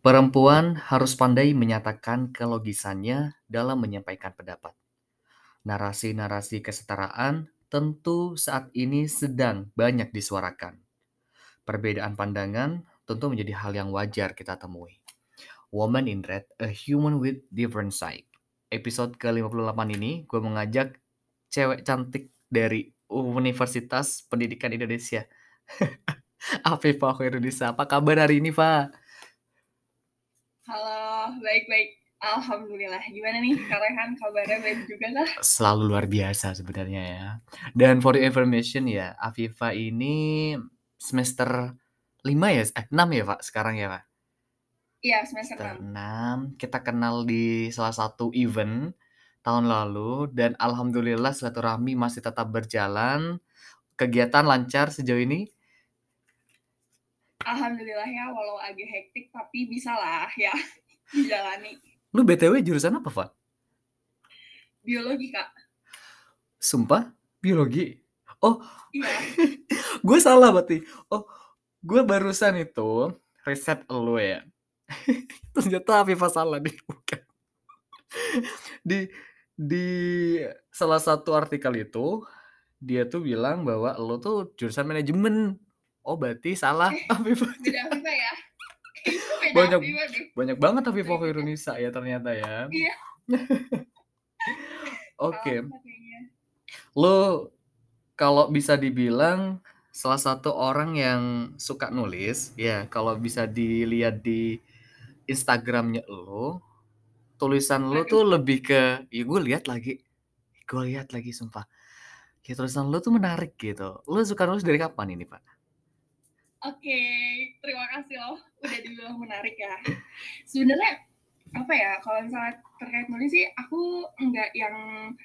Perempuan harus pandai menyatakan kelogisannya dalam menyampaikan pendapat. Narasi-narasi kesetaraan tentu saat ini sedang banyak disuarakan. Perbedaan pandangan tentu menjadi hal yang wajar kita temui. Woman in Red, A Human with Different Side. Episode ke-58 ini gue mengajak cewek cantik dari Universitas Pendidikan Indonesia. Afifah Khairunisa. Apa kabar hari ini, Pak? Halo, baik-baik. Alhamdulillah. Gimana nih, Kak Rehan? Kabarnya baik juga kah? Selalu luar biasa sebenarnya ya. Dan for your information ya, Afifa ini semester 5 ya? 6 ya, Pak? Sekarang ya, Pak? Iya, semester Semester 6. 6. Kita kenal di salah satu event tahun lalu dan alhamdulillah silaturahmi masih tetap berjalan. Kegiatan lancar sejauh ini. Alhamdulillah ya, walau agak hektik, tapi bisa lah ya dijalani. Lu BTW jurusan apa, Pak? Biologi, Kak. Sumpah? Biologi? Oh, Iya. gue salah berarti. Oh, gue barusan itu riset lu ya. Ternyata Afifa salah nih, bukan. Di salah satu artikel itu dia tuh bilang bahwa lo tuh jurusan manajemen. Oh, berarti salah Afifa. Beda Afifa ya? Kayaknya beda Banyak Afifa deh. banyak banget Afifa Berikutnya. Khairunisa ya ternyata ya. Iya, salah Oke. Afifa kayaknya. Lo kalau bisa dibilang salah satu orang yang suka nulis, ya kalau bisa dilihat di Instagramnya lo, tulisan lo Aduh. tuh lebih ke, ya gue lihat lagi sumpah. Ya tulisan lo tuh menarik gitu. Lo suka nulis dari kapan ini, Pak? Oke, terima kasih loh. Udah dibilang menarik ya. Sebenarnya, apa ya, kalau misalnya terkait nulis sih, aku nggak yang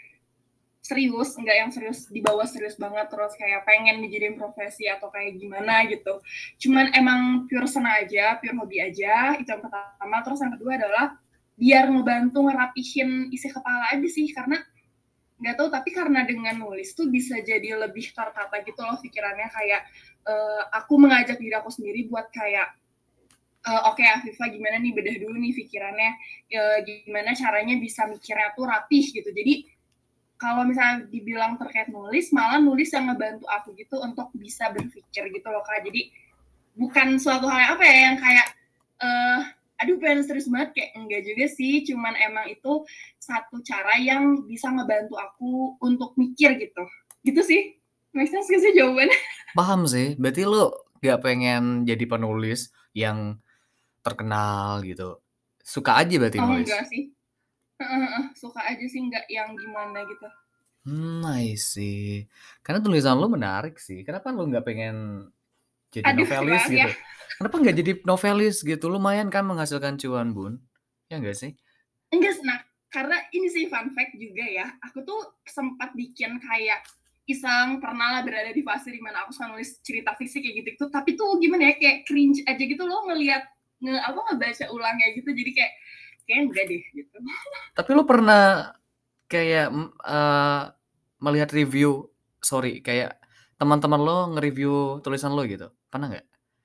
serius dibawa serius banget terus kayak pengen dijadiin profesi atau kayak gimana gitu. Cuman emang pure senang aja, pure hobi aja, itu yang pertama. Terus yang kedua adalah biar ngebantu ngerapihin isi kepala aja sih, karena nggak tahu, tapi karena dengan nulis tuh bisa jadi lebih tertata gitu loh pikirannya, kayak aku mengajak diri aku sendiri buat kayak oke, Afifa gimana nih, bedah dulu nih pikirannya, gimana caranya bisa mikirnya tuh rapih gitu. Jadi kalau misalnya dibilang terkait nulis, malah nulis yang ngebantu aku gitu untuk bisa berpikir gitu loh, Kak. Jadi bukan suatu hal yang apa ya, yang kayak aduh pengen serius banget, kayak enggak juga sih, cuman emang itu satu cara yang bisa ngebantu aku untuk mikir gitu. Gitu sih. Make sense gak sih jawabannya? Paham sih. Berarti lo gak pengen jadi penulis yang terkenal gitu. Suka aja berarti Oh nulis. enggak sih. Suka aja sih, enggak yang gimana gitu. I see. Karena tulisan lo menarik sih. Kenapa lo nggak pengen jadi Aduh, terima novelis kasih ya. gitu? Kenapa nggak jadi novelis gitu? Lumayan kan menghasilkan cuan, Bun. Ya nggak sih? Enggak, nah, karena ini sih fun fact juga ya. Aku tuh sempat bikin kayak iseng, pernah lah berada di fase dimana aku suka nulis cerita fiksi kayak gitu. Tapi tuh gimana ya, kayak cringe aja gitu loh ngelihat ngebaca ulang kayak gitu. Jadi kayak enggak deh gitu. Tapi lo pernah kayak melihat kayak teman-teman lo nge-review tulisan lo gitu? Pernah nggak?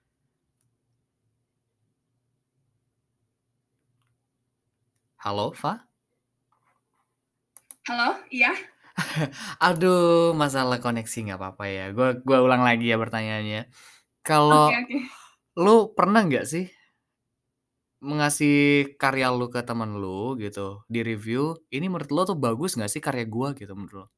Halo, Fa? Halo, iya. Aduh, masalah koneksi nggak apa-apa ya. Gua ulang lagi ya pertanyaannya. Oke, Kalau oke. lu pernah nggak sih ngasih karya lu ke temen lu gitu, di-review, "Ini menurut lo tuh bagus nggak sih karya gua?" Gitu menurut lo?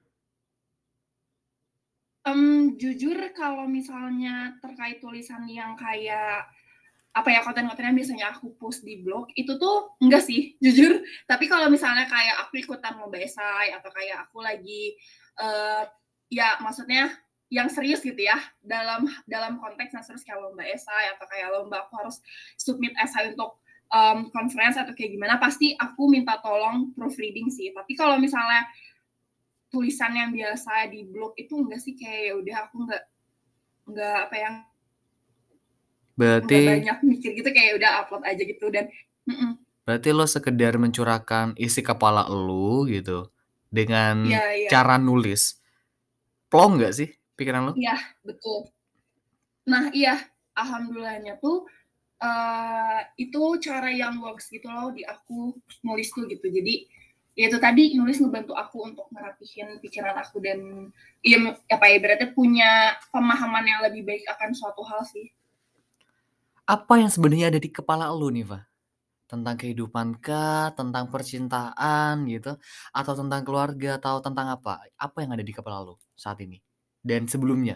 Jujur kalau misalnya terkait tulisan yang kayak apa ya, konten-konten yang biasanya aku post di blog itu tuh enggak sih, jujur. Tapi kalau misalnya kayak aku ikutan lomba esai atau kayak aku lagi ya maksudnya yang serius gitu ya, dalam dalam konteks yang serius kayak lomba esai atau kayak lomba aku harus submit esai untuk conference atau kayak gimana, pasti aku minta tolong proofreading sih. Tapi kalau misalnya tulisan yang biasa di blog itu enggak sih, kayak ya udah aku enggak apa ya, enggak Berarti banyak mikir gitu, kayak udah upload aja gitu. Dan berarti lo sekedar mencurahkan isi kepala lu gitu, dengan iya, iya, cara nulis. Plong nggak sih pikiran lo? iya, betul. Nah, iya, alhamdulillahnya tuh itu cara yang works gitu loh di aku nulis tuh gitu. Jadi ya itu tadi nulis ngebantu aku untuk merapihin pikiran aku dan ya apa ya berarti punya pemahaman yang lebih baik akan suatu hal sih. Apa yang sebenarnya ada di kepala lu nih, Fa? Tentang kehidupan kah, tentang percintaan gitu, atau tentang keluarga, atau tentang apa? Apa yang ada di kepala lu saat ini dan sebelumnya?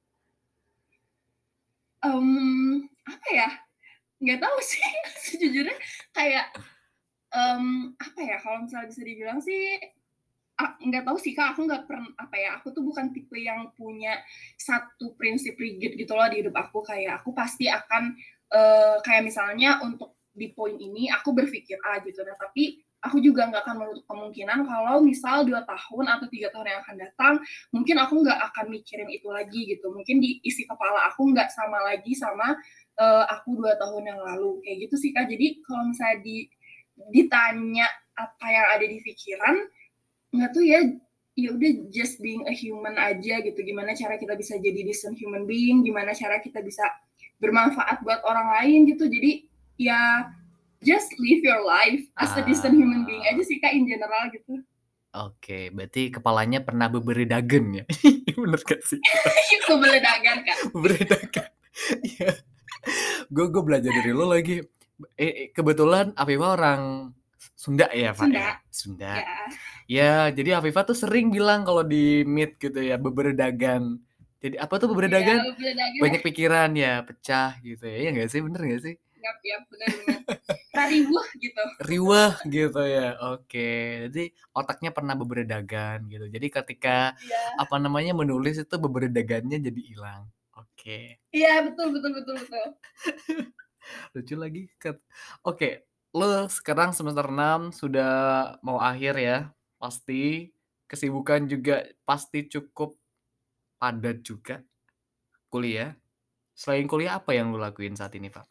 Apa ya? Nggak tahu sih sejujurnya kayak apa ya kalau misalnya bisa dibilang sih nggak tahu sih Kak, aku nggak pernah apa ya, aku tuh bukan tipe yang punya satu prinsip rigid gitu loh di hidup aku, kayak aku pasti akan kayak misalnya untuk di poin ini aku berpikir A gitu. Nah, tapi aku juga nggak akan menutup kemungkinan kalau misal 2 tahun atau 3 tahun yang akan datang, mungkin aku nggak akan mikirin itu lagi gitu. Mungkin di isi kepala aku nggak sama lagi sama aku 2 tahun yang lalu, kayak gitu sih Kak. Jadi kalau misalnya ditanya apa yang ada di pikiran, nggak tuh ya udah just being a human aja gitu. Gimana cara kita bisa jadi decent human being, gimana cara kita bisa bermanfaat buat orang lain gitu. Jadi ya just live your life as a decent human being aja sih Kak in general gitu. Oke, berarti kepalanya pernah beberedagen ya? Bener gak sih? Itu meledakan Kak. Beberedagen. Iya. Gue belajar dari lo lagi. Kebetulan Afifah orang Sunda ya, Pak ya? Sunda. Sunda. Ya. Ya, jadi Afifah tuh sering bilang kalau di meet gitu ya, beberedagan. Jadi apa tuh Iya, beberedagan? meledakan. Banyak pikiran ya, pecah gitu ya. Iya nggak sih? Bener nggak sih? Yap, benar-benar. Rariwuh gitu. Riweh gitu ya. Oke. Jadi otaknya pernah beberedagan gitu. Jadi ketika Iya. apa namanya menulis itu beberedagannya jadi hilang. Oke. Iya, betul betul betul betul. Lucu lagi. Oke, lo sekarang semester 6 sudah mau akhir ya. Pasti kesibukan juga pasti cukup padat juga kuliah. Selain kuliah apa yang lo lakuin saat ini, Pak?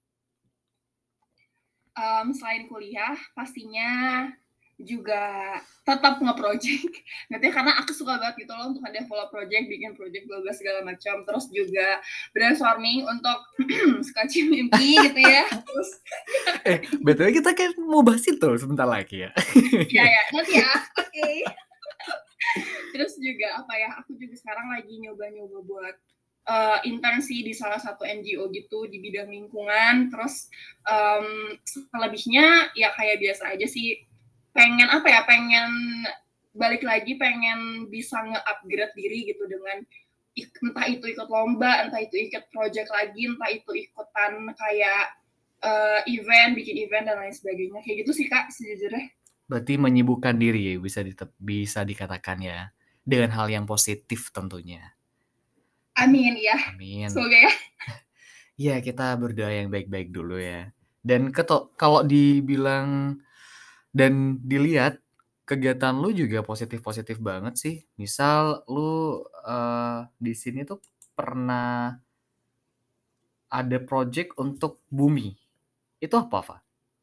Selain kuliah pastinya juga tetap nge-project. Nanti karena aku suka banget gitu loh untuk nge-develop project, bikin project bla segala macam. Terus juga brainstorming untuk skaci mimpi gitu ya. Terus BTW kita kan mau bahas itu sebentar lagi ya. ya nanti ya. Oke. Terus juga apa ya? Aku juga sekarang lagi nyoba-nyoba buat intern sih di salah satu NGO gitu di bidang lingkungan. Terus selebihnya ya kayak biasa aja sih. Pengen apa ya? Pengen balik lagi, pengen bisa nge-upgrade diri gitu dengan entah itu ikut lomba, entah itu ikut project lagi, entah itu ikutan kayak event, bikin event dan lain sebagainya. Kayak gitu sih Kak sejujurnya. Berarti menyibukkan diri ya, bisa dikatakan ya. Dengan hal yang positif tentunya. Amin ya. Amin. Semoga ya. Ya, kita berdoa yang baik-baik dulu ya. Dan kalau dibilang dan dilihat kegiatan lu juga positif-positif banget sih. Misal lu di sini tuh pernah ada project untuk bumi. Itu apa, Fa?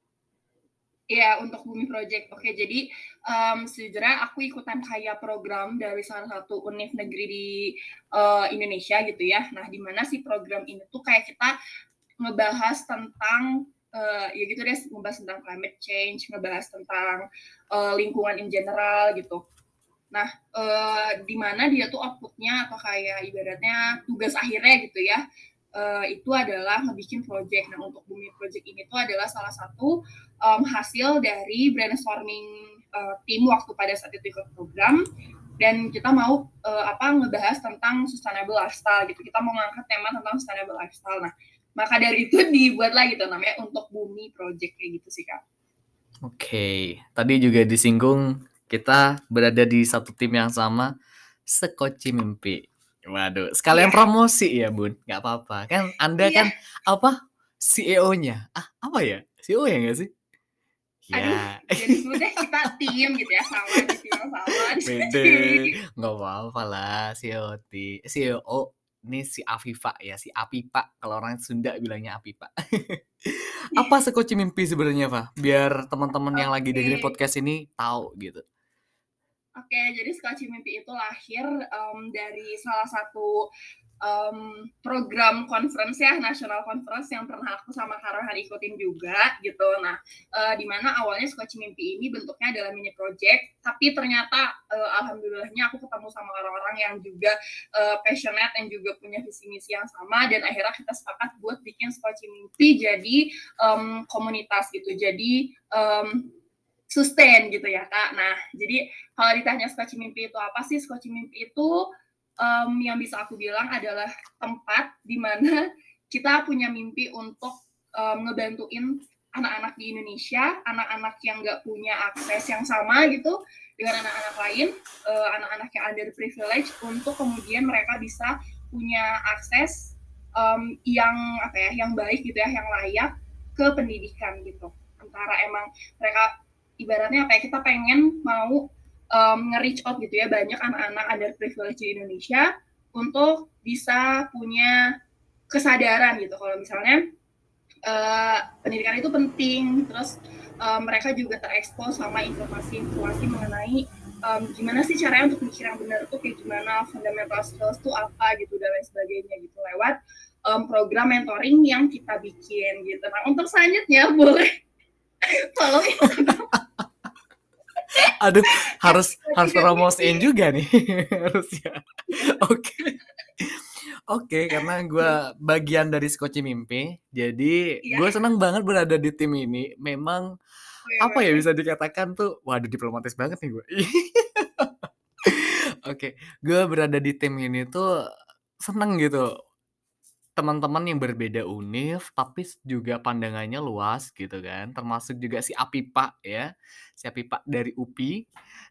Ya, untuk Bumi Project. Oke, jadi sejujurnya aku ikutan kayak program dari salah satu univ negeri di Indonesia gitu ya. Nah, di mana sih program ini tuh kayak kita ngebahas tentang ya gitu deh, ngebahas tentang climate change, ngebahas tentang lingkungan in general gitu. Nah, di mana dia tuh outputnya atau kayak ibaratnya tugas akhirnya gitu ya, itu adalah ngebikin project. Nah, untuk Bumi Project ini tuh adalah salah satu hasil dari brainstorming tim waktu pada saat itu ikut program. Dan kita mau ngebahas tentang sustainable lifestyle gitu. Kita mau ngangkat tema tentang sustainable lifestyle. Nah, maka dari itu dibuatlah gitu namanya untuk Bumi Project kayak gitu sih Kak. Oke, tadi juga disinggung kita berada di satu tim yang sama, Sekoci Mimpi. Waduh, sekalian Iya. promosi ya, Bun. Nggak apa-apa. Kan Anda Iya. kan apa? CEO-nya. Apa ya? CEO ya nggak sih? Aduh, Ya, jadi disebut deh kita tim gitu ya, sama di tim yang sama di pede. sini. Nggak apa-apa lah, CEO. Ini si Afifa ya, si Apipa. Kalau orang Sunda bilangnya Apipa. Apa Sekoci Mimpi sebenarnya, Pak? Biar teman-teman yang lagi dengerin Oke. podcast ini tahu gitu. Oke, jadi Sekoci Mimpi itu lahir dari salah satu program conference ya, national conference yang pernah aku sama Karahan ikutin juga gitu. Nah, di mana awalnya Skoci Mimpi ini bentuknya adalah mini project, tapi ternyata alhamdulillahnya aku ketemu sama orang-orang yang juga passionate dan juga punya visi misi yang sama, dan akhirnya kita sepakat buat bikin Skoci Mimpi jadi komunitas gitu. Jadi sustain gitu ya Kak. Nah, jadi kalau ditanya Skoci Mimpi itu apa sih? Skoci Mimpi itu yang bisa aku bilang adalah tempat di mana kita punya mimpi untuk ngebantuin anak-anak di Indonesia, anak-anak yang nggak punya akses yang sama gitu dengan anak-anak lain, anak-anak yang underprivileged, untuk kemudian mereka bisa punya akses yang apa ya, yang baik gitu ya, yang layak ke pendidikan gitu. Antara emang mereka ibaratnya apa ya, kita pengen mau nge-reach out gitu ya banyak anak-anak underprivileged di Indonesia untuk bisa punya kesadaran gitu kalau misalnya pendidikan itu penting, terus mereka juga terekspos sama informasi-informasi mengenai gimana sih caranya untuk mikir yang benar itu kayak gimana, fundamental skills itu apa gitu dan lain sebagainya gitu lewat program mentoring yang kita bikin gitu. Nah untuk selanjutnya boleh follow Instagram. Aduh, harus promosiin juga nih harusnya. Oke. Oke, karena gue bagian dari Skoci Mimpi, jadi Ya, gue senang banget berada di tim ini. Memang apa ya, bisa dikatakan tuh, waduh diplomatis banget nih gue. Oke, gue berada di tim ini tuh seneng gitu. Teman-teman yang berbeda univ, tapi juga pandangannya luas gitu kan. Termasuk juga si Apipa ya, si Apipa dari UPI.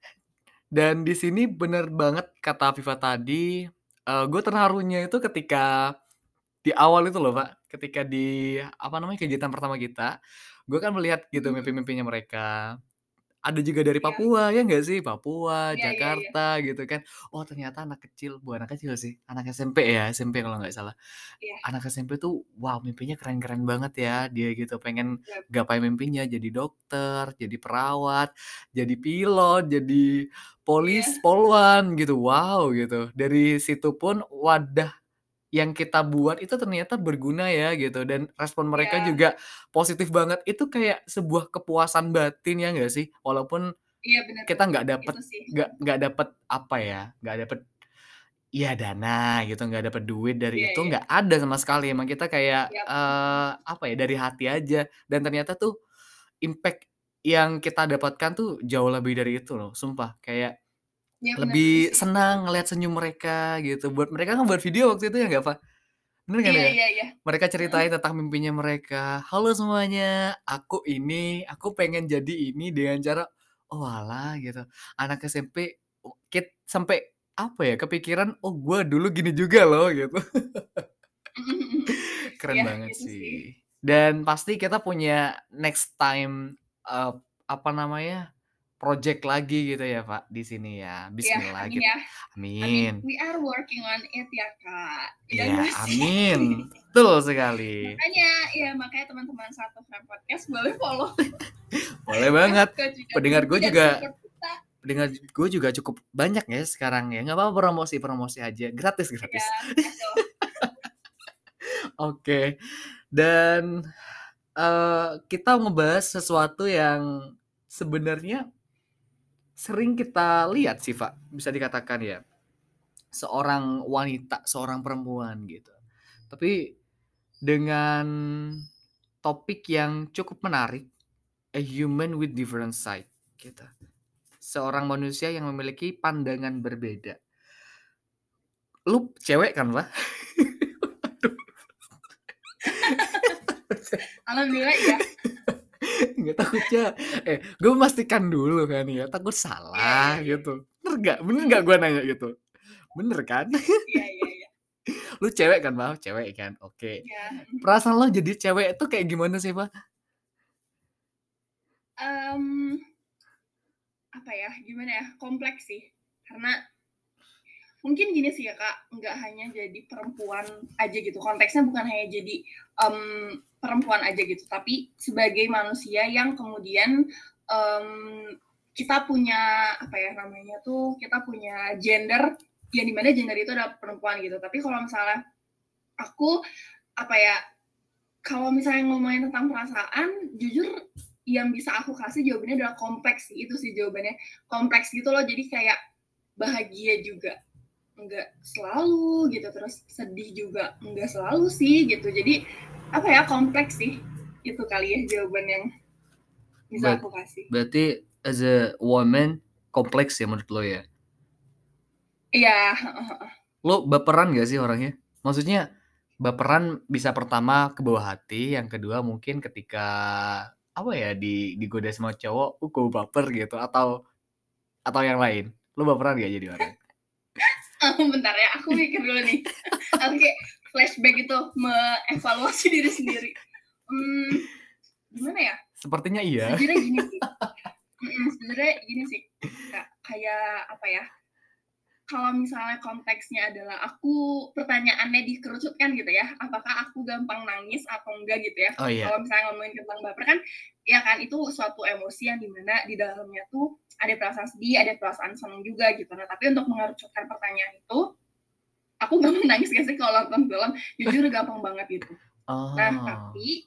Dan di sini bener banget kata Afifa tadi, gue terharunya itu ketika di awal itu loh, Pak, ketika di apa namanya, kegiatan pertama kita, gue kan melihat gitu mimpi-mimpinya mereka. Ada juga dari ya, Papua, ya nggak sih? Papua, ya, ya, ya, Jakarta gitu kan. Oh ternyata anak kecil, bukan anak kecil sih, anak SMP ya, SMP kalau nggak salah. ya, Anak SMP tuh, wow mimpinya keren-keren banget ya dia gitu, pengen ya, gapai mimpinya jadi dokter, jadi perawat, jadi pilot, jadi ya, poluan gitu, wow gitu. Dari situ pun wadah yang kita buat itu ternyata berguna ya gitu, dan respon mereka ya, juga positif banget. Itu kayak sebuah kepuasan batin ya nggak sih? Walaupun iya benar kita benar nggak dapet itu sih. nggak dapet apa ya, nggak dapet iya dana gitu, nggak dapet duit dari Iya, itu, iya, nggak ada sama sekali. Emang kita kayak, ya, apa ya, dari hati aja, dan ternyata tuh impact yang kita dapatkan tuh jauh lebih dari itu loh, sumpah. Kayak ya benar lebih sih. senang ngelihat senyum mereka gitu. Buat mereka kan buat video waktu itu ya nggak, Fa? Bener kan Iya, ya? iya, iya. Mereka Heeh. ceritain tentang mimpinya mereka, "Halo semuanya, aku ini, aku pengen jadi ini dengan cara" oalah gitu, anak SMP sampai apa ya, kepikiran, "Oh gue dulu gini juga loh," gitu. Mhm, mhm. Keren Iya, banget itu sih. sih. Dan pasti kita punya next time, apa namanya, project lagi gitu ya, Pak, di sini ya. Iya, Bismillah amin ya. Amin. amin. We are working on it ya, Kak. Iya Iya, nggak sih? amin. Betul sekali. Makanya, ya makanya teman-teman Satu Frame Podcast boleh follow Boleh banget. coach-coach Pendengar mimpi gue dan juga support kita. pendengar gue juga cukup banyak ya sekarang ya. Nggak apa-apa, promosi-promosi aja, gratis Iya, gratis. makasih loh. Oke. Dan, kita ngebahas sesuatu yang sebenarnya sering kita lihat sih, Pak, bisa dikatakan ya. Seorang wanita, seorang perempuan gitu. Tapi dengan topik yang cukup menarik, a human with different side gitu. Seorang manusia yang memiliki pandangan berbeda. Lu cewek kan, Pak? Alhamdulillah iya. Nggak takutnya gue memastikan dulu kan ya, takut Iya, iya, salah iya. gitu. Bener nggak gue nanya gitu? Bener kan? Iya, iya, iya. Lu cewek kan, Pak? Cewek kan? Oke. Iya. Perasaan lo jadi cewek itu kayak gimana sih, Pak? Mmm, apa ya, gimana ya, kompleks sih. Karena mungkin gini sih ya Kak, nggak hanya jadi perempuan aja gitu, konteksnya bukan hanya jadi perempuan aja gitu, tapi sebagai manusia yang kemudian kita punya apa ya namanya tuh, kita punya gender yang dimana gender itu adalah perempuan gitu. Tapi kalau misalnya aku apa ya, kalau misalnya ngomongin tentang perasaan, jujur yang bisa aku kasih jawabannya adalah kompleks sih, itu sih jawabannya. Kompleks gitu loh, jadi kayak bahagia juga enggak selalu gitu, terus sedih juga enggak selalu sih gitu. Jadi apa ya, kompleks sih. Itu kali ya jawaban yang bisa Ber aku kasih. berarti as a woman kompleks ya menurut lo ya? Iya, Lo baperan gak sih orangnya? Maksudnya baperan bisa pertama ke bawah hati, yang kedua mungkin ketika apa ya, digoda sama cowok, kok baper gitu atau yang lain? Lo baperan gak jadi orang? bentar ya, aku mikir dulu nih. Oke, flashback itu mengevaluasi diri sendiri. Gimana ya? Sepertinya iya. Sejujurnya gini sih. Sebenarnya gini sih, Kak, kayak apa ya? Kalau misalnya konteksnya adalah aku pertanyaannya dikerucutkan gitu ya, apakah aku gampang nangis atau enggak gitu ya. Oh iya. Kalau misalnya ngomongin tentang baper kan, ya kan itu suatu emosi yang dimana di dalamnya tuh ada perasaan sedih, ada perasaan senang juga gitu. Nah, tapi untuk mengerucutkan pertanyaan itu, aku gampang nangis gak sih kalau nonton film? Jujur gampang banget gitu. Nah, Oh. tapi,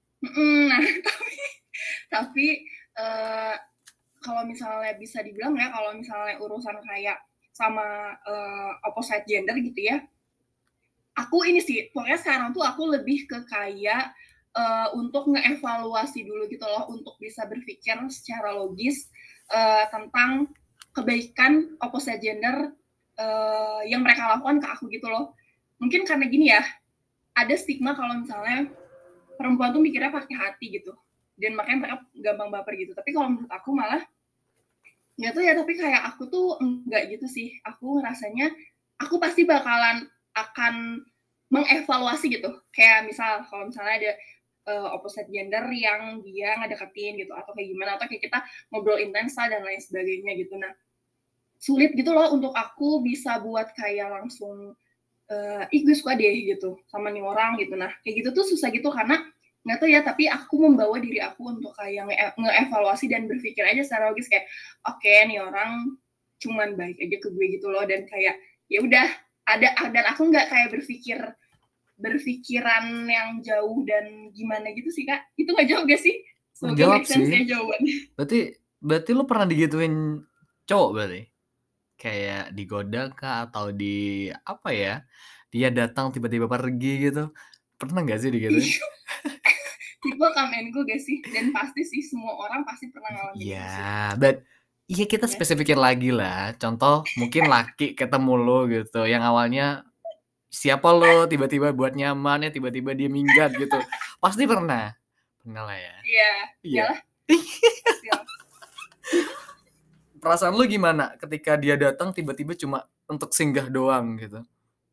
tapi kalau misalnya bisa dibilang ya, kalau misalnya urusan kayak sama opposite gender gitu ya, aku ini sih, pokoknya sekarang tuh aku lebih ke kayak untuk ngeevaluasi dulu gitu loh, untuk bisa berpikir secara logis tentang kebaikan opposite gender yang mereka lakukan ke aku gitu loh. Mungkin karena gini ya, ada stigma kalau misalnya perempuan tuh mikirnya pakai hati gitu, dan makanya mereka gampang baper gitu. Tapi kalau menurut aku malah nggak tahu ya, tapi kayak aku tuh enggak gitu sih. Aku ngerasanya aku pasti bakalan akan mengevaluasi gitu. Kayak misal kalau misalnya ada opposite gender yang dia ngedeketin gitu atau kayak gimana, atau kayak kita ngobrol intens dan lain sebagainya gitu. Nah, sulit gitu loh untuk aku bisa buat kayak langsung ih gue suka deh gitu sama nih orang gitu. Nah, kayak gitu tuh susah gitu karena nggak tahu ya, tapi aku membawa diri aku untuk kayak ngeevaluasi dan berpikir aja secara logis kayak oke, nih orang cuman baik aja ke gue gitu loh, dan kayak ya udah, ada, dan aku nggak kayak berpikiran yang jauh dan gimana gitu sih, Kak. Itu nggak jauh gak sih? Semoga Menjawab make sense sih. ya jawabannya. Berarti berarti lo pernah digituin cowok berarti? Kayak digoda kah atau apa ya, dia datang tiba-tiba pergi gitu, pernah nggak sih digituin? Iya, tipe come and go gak sih? Dan pasti sih semua orang pasti pernah ngalamin Iya, itu sih. iya kita Ya. spesifikin lagi lah, contoh mungkin laki ketemu lo gitu, yang awalnya, "Siapa lo?" Tiba-tiba buat nyaman, tiba-tiba dia minggat gitu, pasti pernah? Pernah lah ya? Iya, Iya. iyalah pasti lah. Perasaan lu gimana ketika dia datang tiba-tiba cuma untuk singgah doang gitu?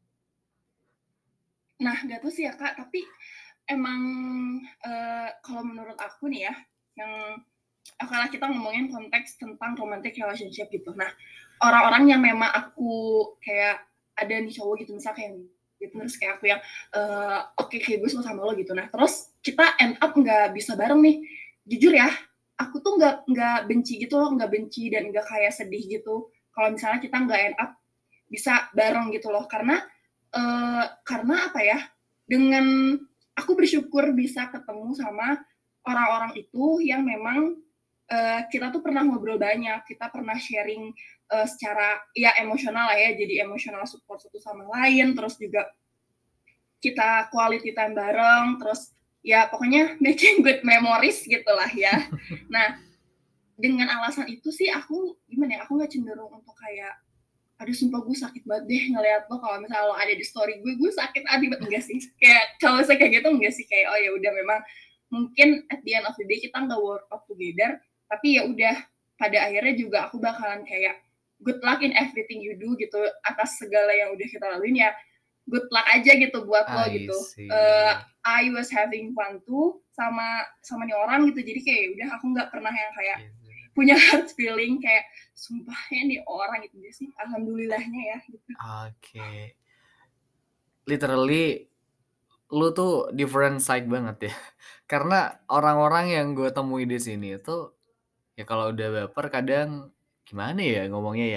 Nah, gak tau sih ya, Kak, tapi emang kalau menurut aku nih ya, yang kalau kita ngomongin konteks tentang romantic relationship gitu. Nah, orang-orang yang memang aku kayak ada nih cowok gitu, misal kayak gitu, terus kayak aku yang oke, kayak gue suka sama lo gitu. Nah, terus kita end up nggak bisa bareng nih. Jujur ya, aku tuh nggak benci gitu loh, nggak benci dan nggak kayak sedih gitu. Kalau misalnya kita nggak end up bisa bareng gitu loh, karena apa ya, dengan aku bersyukur bisa ketemu sama orang-orang itu yang memang kita tuh pernah ngobrol banyak, kita pernah sharing secara ya emosional lah ya, jadi emosional support satu sama lain, terus juga kita quality time bareng, terus ya pokoknya making good memories gitulah ya. Nah, dengan alasan itu sih aku gimana ya, aku nggak cenderung untuk kayak aduh sumpah gue sakit banget deh ngeliat lo kalau misalnya lo ada di story gue sakit hati banget. Enggak sih, kayak kalau saya kayak gitu enggak sih, kayak oh ya udah, memang mungkin at the end of the day kita nggak work out together, tapi ya udah, pada akhirnya juga aku bakalan kayak good luck in everything you do gitu, atas segala yang udah kita laluin ya, good luck aja gitu buat lo I gitu. see. I was having fun tuh sama nih orang gitu, jadi kayak udah aku nggak pernah yang kayak Gitu. punya hard feeling kayak sumpahnya nih orang itu dia sih, alhamdulillahnya ya gitu. Oke. Literally lu tuh different side banget ya. Karena orang-orang yang gue temui di sini itu, ya kalau udah baper kadang gimana ya ngomongnya ya,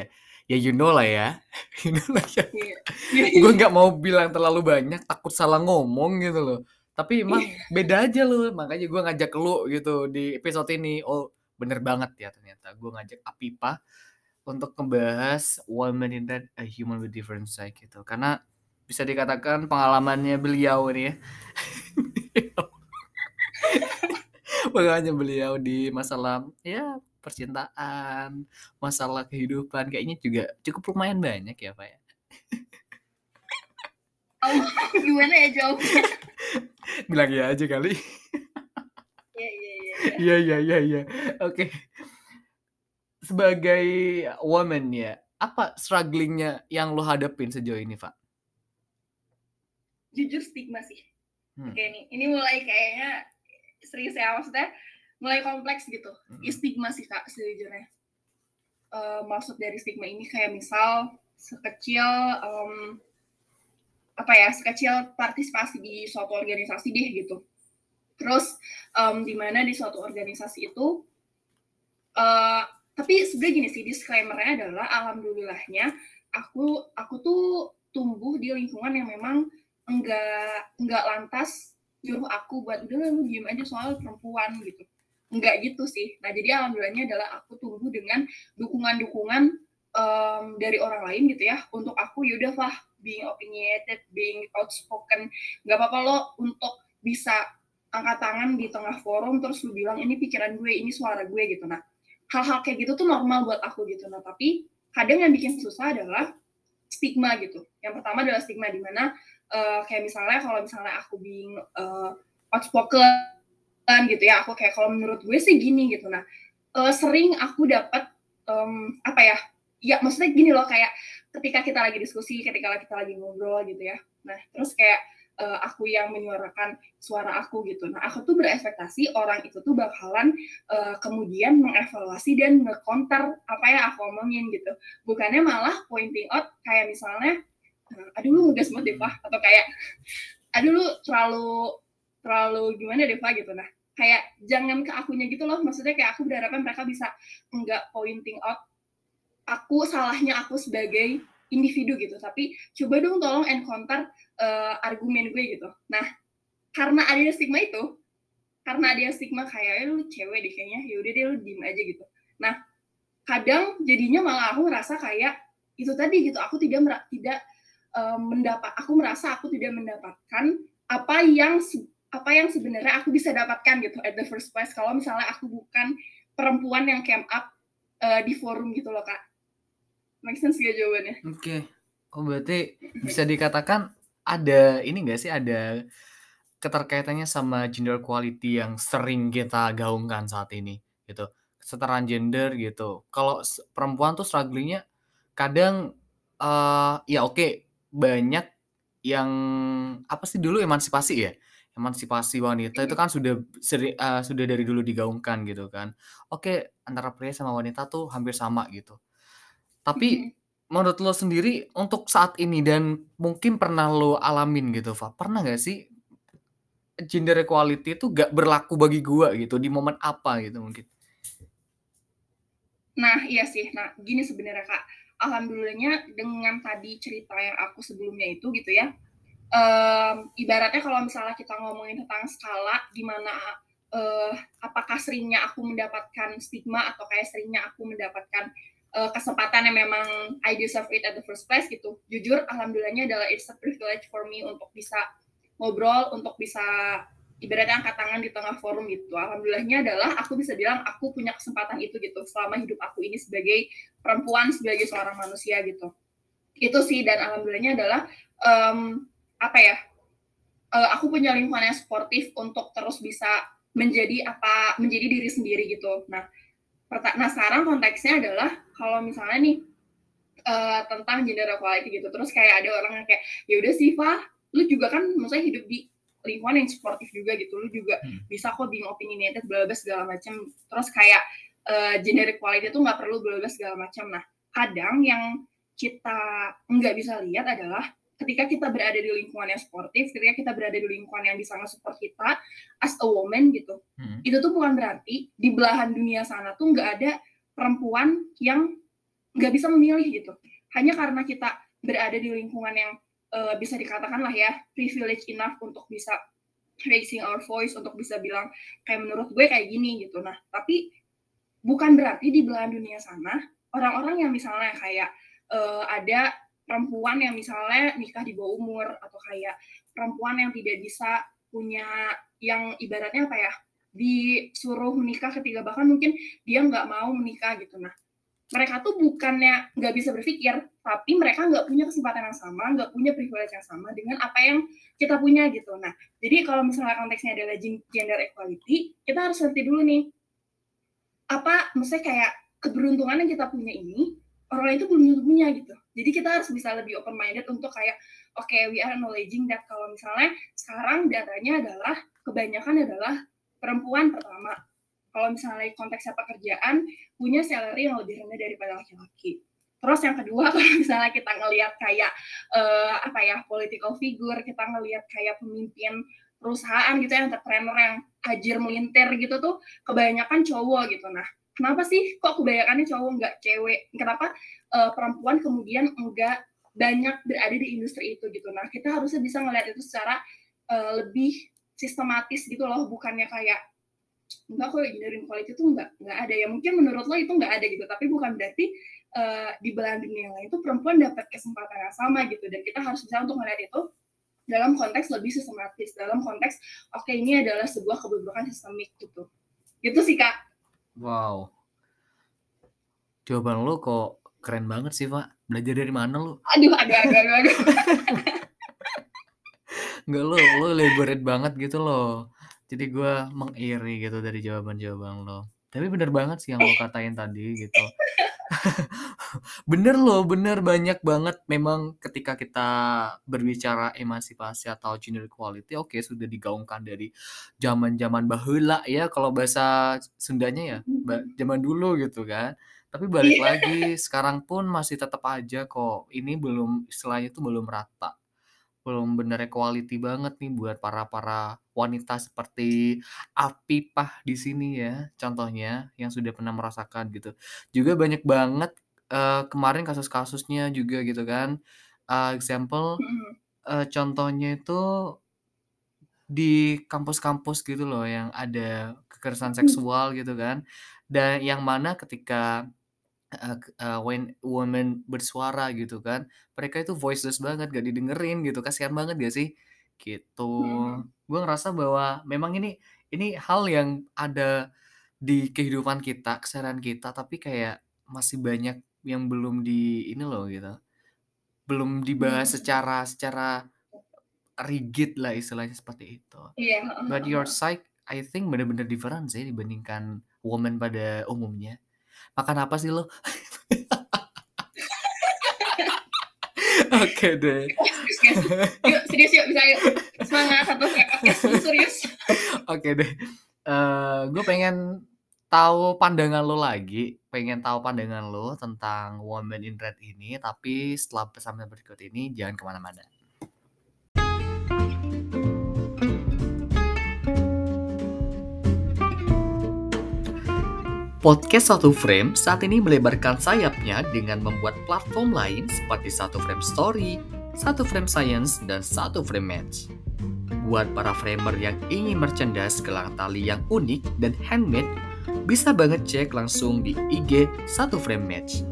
Ya you know lah ya. You know lah ya. Iya. Iya. Gue nggak mau bilang terlalu banyak, takut salah ngomong gitu loh. Tapi Iya. emang beda aja loh, makanya gue ngajak lu gitu di episode ini. Oh, bener banget ya ternyata. Gue ngajak Apipa untuk ngebahas One Man in That, A Human with Different Side gitu. Karena bisa dikatakan pengalamannya beliau ini ya. Pengalamannya beliau di masalah ya percintaan, masalah kehidupan kayaknya juga cukup lumayan banyak ya Pak ya. Oh, gimana ya jawabnya? Bilang ya aja kali. Iya, iya, iya, iya. Iya iya iya iya. Oke. Sebagai woman ya, apa strugglingnya yang lo hadapin sejauh ini, Pak? Jujur stigma sih. Hmm. Oke, ini mulai kayaknya serius ya, maksudnya mulai kompleks gitu. Stigma sih Kak sejujurnya. Maksud dari stigma ini kayak misal sekecil sekecil partisipasi di suatu organisasi deh gitu. Terus di mana di suatu organisasi itu tapi sebenarnya gini sih, disclaimer-nya adalah alhamdulillahnya aku tuh tumbuh di lingkungan yang memang enggak lantas nyuruh aku buat udah lu diem aja soal perempuan gitu. Enggak gitu sih. Nah, jadi alhamdulillahnya adalah aku tumbuh dengan dukungan-dukungan dari orang lain gitu ya untuk aku yaudah Fah, being opinionated, being outspoken, nggak apa-apa lo untuk bisa angkat tangan di tengah forum terus lu bilang ini pikiran gue, ini suara gue gitu. Nah, hal-hal kayak gitu tuh normal buat aku gitu. Nah, tapi kadang yang bikin susah adalah stigma gitu. Yang pertama adalah stigma di mana kayak misalnya kalau misalnya aku being outspoken gitu ya, aku kayak kalau menurut gue sih gini gitu. Nah, sering aku dapat ya maksudnya gini loh, kayak ketika kita lagi diskusi, ketika kita lagi ngobrol gitu ya. Nah, terus kayak aku yang menyuarakan suara aku gitu. Nah, aku tuh berekspektasi orang itu tuh bakalan kemudian mengevaluasi dan nge-counter apa yang aku omongin gitu. Bukannya malah pointing out kayak misalnya, aduh lu ngegas banget deh Pak, atau kayak aduh lu terlalu gimana deh Pak gitu. Nah, kayak jangan ke akunya gitu loh, maksudnya kayak aku berharapnya mereka bisa enggak pointing out salahnya aku sebagai individu gitu, tapi coba dong tolong encounter argumen gue gitu. Nah, karena ada stigma itu, karena ada stigma kayak lu cewek deh kayaknya, yaudah deh lu diem aja gitu. Nah, kadang jadinya malah aku ngerasa kayak itu tadi gitu, aku aku merasa aku tidak mendapatkan apa yang sebenarnya aku bisa dapatkan gitu at the first place kalau misalnya aku bukan perempuan yang came up di forum gitu loh Kak. Make sense gak jawabannya? Oke. Oh, berarti bisa dikatakan ada ini nggak sih, ada keterkaitannya sama gender equality yang sering kita gaungkan saat ini gitu. Kesetaraan gender gitu. Kalau perempuan tuh strugglingnya kadang ya oke, banyak yang apa sih dulu emansipasi ya? Emansipasi wanita itu kan sudah dari dulu digaungkan gitu kan. Oke, antara pria sama wanita tuh hampir sama gitu. Tapi menurut lo sendiri untuk saat ini dan mungkin pernah lo alamin gitu, Fa, pernah nggak sih gender equality itu nggak berlaku bagi gua gitu, di momen apa gitu mungkin? Nah, iya sih. Nah, gini sebenarnya Kak, alhamdulillahnya dengan tadi cerita yang aku sebelumnya itu gitu ya, ibaratnya kalau misalnya kita ngomongin tentang skala di mana apakah seringnya aku mendapatkan stigma atau kayak seringnya aku mendapatkan kesempatan yang memang I deserve it at the first place gitu. Jujur, alhamdulillahnya adalah it's a privilege for me untuk bisa ngobrol, untuk bisa ibaratnya angkat tangan di tengah forum gitu. Alhamdulillahnya adalah aku bisa bilang aku punya kesempatan itu gitu selama hidup aku ini sebagai perempuan, sebagai seorang manusia gitu. Itu sih, dan alhamdulillahnya adalah aku punya lingkungan yang sportif untuk terus bisa menjadi diri sendiri gitu. Nah, sekarang konteksnya adalah kalau misalnya nih tentang gender equality gitu, terus kayak ada orang yang kayak ya udah sih Fah, lu juga kan maksudnya hidup di lingkungan yang sportif juga gitu, lu juga bisa kok being opinionated bla bla segala macam. Terus kayak gender equality itu nggak perlu bla bla segala macam. Nah, kadang yang kita nggak bisa lihat adalah ketika kita berada di lingkungan yang sportif, ketika kita berada di lingkungan yang bisa nge-support kita as a woman gitu, itu tuh bukan berarti di belahan dunia sana tuh nggak ada perempuan yang nggak bisa memilih gitu. Hanya karena kita berada di lingkungan yang bisa dikatakan lah ya privilege enough untuk bisa raising our voice, untuk bisa bilang kayak menurut gue kayak gini gitu. Nah, tapi bukan berarti di belahan dunia sana orang-orang yang misalnya kayak ada perempuan yang misalnya nikah di bawah umur, atau kayak perempuan yang tidak bisa punya, yang ibaratnya apa ya, disuruh menikah ketika bahkan mungkin dia nggak mau menikah gitu. Nah, mereka tuh bukannya nggak bisa berpikir, tapi mereka nggak punya kesempatan yang sama, nggak punya privilege yang sama dengan apa yang kita punya gitu. Nah, jadi kalau misalnya konteksnya adalah gender equality, kita harus ngerti dulu nih, apa maksudnya kayak keberuntungan yang kita punya ini orang lain itu belum tentu punya gitu. Jadi kita harus bisa lebih open minded untuk kayak oke, we are acknowledging that kalau misalnya sekarang datanya adalah kebanyakan adalah perempuan pertama. Kalau misalnya konteksnya pekerjaan punya salary yang lebih rendah daripada laki-laki. Terus yang kedua kalau misalnya kita ngelihat kayak apa ya, political figure, kita ngelihat kayak pemimpin perusahaan gitu ya, entrepreneur yang hajir melintir gitu tuh kebanyakan cowok gitu. Nah, kenapa sih kok kebanyakannya cowok nggak cewek? Kenapa perempuan kemudian enggak banyak berada di industri itu gitu? Nah, kita harusnya bisa ngelihat itu secara lebih sistematis gitu loh, bukannya kayak enggak kok gender equality itu enggak ada ya, mungkin menurut lo itu enggak ada gitu, tapi bukan berarti di belahan dunia lain itu perempuan dapat kesempatan yang sama gitu, dan kita harus bisa untuk melihat itu dalam konteks lebih sistematis, dalam konteks oke, ini adalah sebuah keburukan sistemik gitu sih Kak. Wow, jawaban lo kok keren banget sih, Pak. Belajar dari mana lo? Aduh. Nggak, lo elaborate banget gitu loh. Jadi gue mengiri gitu dari jawaban-jawaban lo. Tapi bener banget sih yang lo katain tadi gitu. Bener loh, bener banyak banget memang ketika kita berbicara emansipasi atau gender equality, oke sudah digaungkan dari zaman-zaman baheula ya kalau bahasa Sundanya ya, zaman dulu gitu kan. Tapi balik Iya. lagi sekarang pun masih tetap aja kok ini belum istilahnya itu belum rata. Belum bener equality banget nih buat para-para wanita seperti Afifah di sini ya, contohnya yang sudah pernah merasakan gitu. Juga banyak banget, kemarin kasus-kasusnya juga gitu kan, example, contohnya itu di kampus-kampus gitu loh yang ada kekerasan seksual gitu kan, dan yang mana ketika when women bersuara gitu kan, mereka itu voiceless banget, gak didengerin gitu, kasihan banget gak sih? Gitu. Gue ngerasa bahwa memang ini hal yang ada di kehidupan kita, keseharian kita, tapi kayak masih banyak yang belum ini loh gitu, belum dibahas secara secara rigid lah istilahnya seperti itu. Iya. But your side, I think bener-bener different sih dibandingkan woman pada umumnya. Makan apa sih lo? Oke deh. Yuk serius, yuk bisa, yuk semangat satu podcast serius. Oke deh. Gue pengen tahu pandangan lo lagi, pengen tahu pandangan lo tentang Women in Red ini, tapi setelah pesan berikut ini jangan kemana-mana. Podcast Satu Frame saat ini melebarkan sayapnya dengan membuat platform lain seperti Satu Frame Story, Satu Frame Science, dan Satu Frame Match. Buat para framer yang ingin merchandise gelang tali yang unik dan handmade, bisa banget cek langsung di IG Satu Frame Match.